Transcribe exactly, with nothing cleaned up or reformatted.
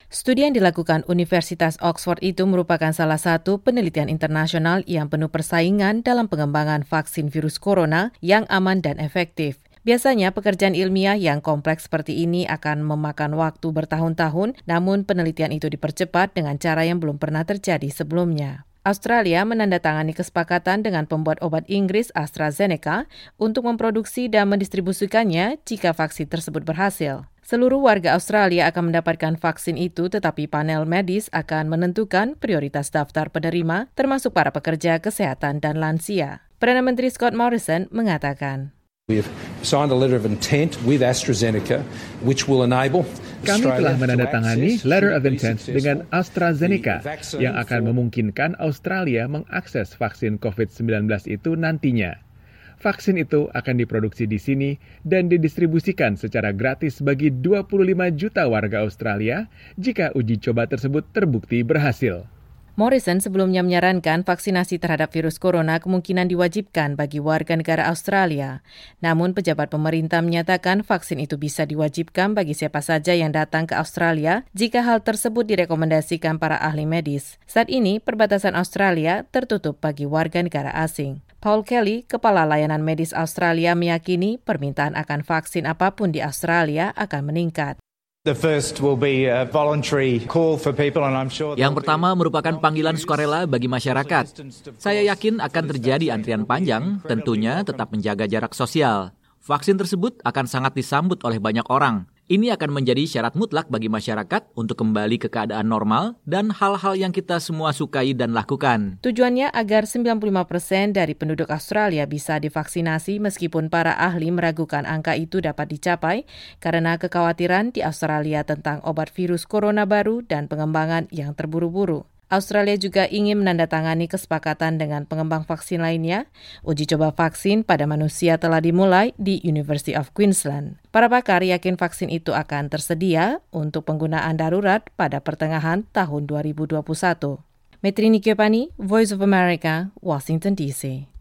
Studi yang dilakukan Universitas Oxford itu merupakan salah satu penelitian internasional yang penuh persaingan dalam pengembangan vaksin virus corona yang aman dan efektif. Biasanya pekerjaan ilmiah yang kompleks seperti ini akan memakan waktu bertahun-tahun, namun penelitian itu dipercepat dengan cara yang belum pernah terjadi sebelumnya. Australia menandatangani kesepakatan dengan pembuat obat Inggris AstraZeneca untuk memproduksi dan mendistribusikannya jika vaksin tersebut berhasil. Seluruh warga Australia akan mendapatkan vaksin itu, tetapi panel medis akan menentukan prioritas daftar penerima, termasuk para pekerja kesehatan dan lansia. Perdana Menteri Scott Morrison mengatakan, We've signed a letter of intent with AstraZeneca, which will enable Kami telah menandatangani letter of intent dengan AstraZeneca yang akan memungkinkan Australia mengakses vaksin covid sembilan belas itu nantinya. Vaksin itu akan diproduksi di sini dan didistribusikan secara gratis bagi dua puluh lima juta warga Australia jika uji coba tersebut terbukti berhasil. Morrison sebelumnya menyarankan vaksinasi terhadap virus corona kemungkinan diwajibkan bagi warga negara Australia. Namun pejabat pemerintah menyatakan vaksin itu bisa diwajibkan bagi siapa saja yang datang ke Australia jika hal tersebut direkomendasikan para ahli medis. Saat ini, perbatasan Australia tertutup bagi warga negara asing. Paul Kelly, Kepala Layanan Medis Australia, meyakini permintaan akan vaksin apapun di Australia akan meningkat. Yang pertama merupakan panggilan sukarela bagi masyarakat. Saya yakin akan terjadi antrian panjang, tentunya tetap menjaga jarak sosial. Vaksin tersebut akan sangat disambut oleh banyak orang. Ini akan menjadi syarat mutlak bagi masyarakat untuk kembali ke keadaan normal dan hal-hal yang kita semua sukai dan lakukan. Tujuannya agar sembilan puluh lima persen dari penduduk Australia bisa divaksinasi meskipun para ahli meragukan angka itu dapat dicapai karena kekhawatiran di Australia tentang obat virus corona baru dan pengembangan yang terburu-buru. Australia juga ingin menandatangani kesepakatan dengan pengembang vaksin lainnya. Uji coba vaksin pada manusia telah dimulai di University of Queensland. Para pakar yakin vaksin itu akan tersedia untuk penggunaan darurat pada pertengahan tahun dua ribu dua puluh satu. Metrini Kyopani, Voice of America, Washington D C.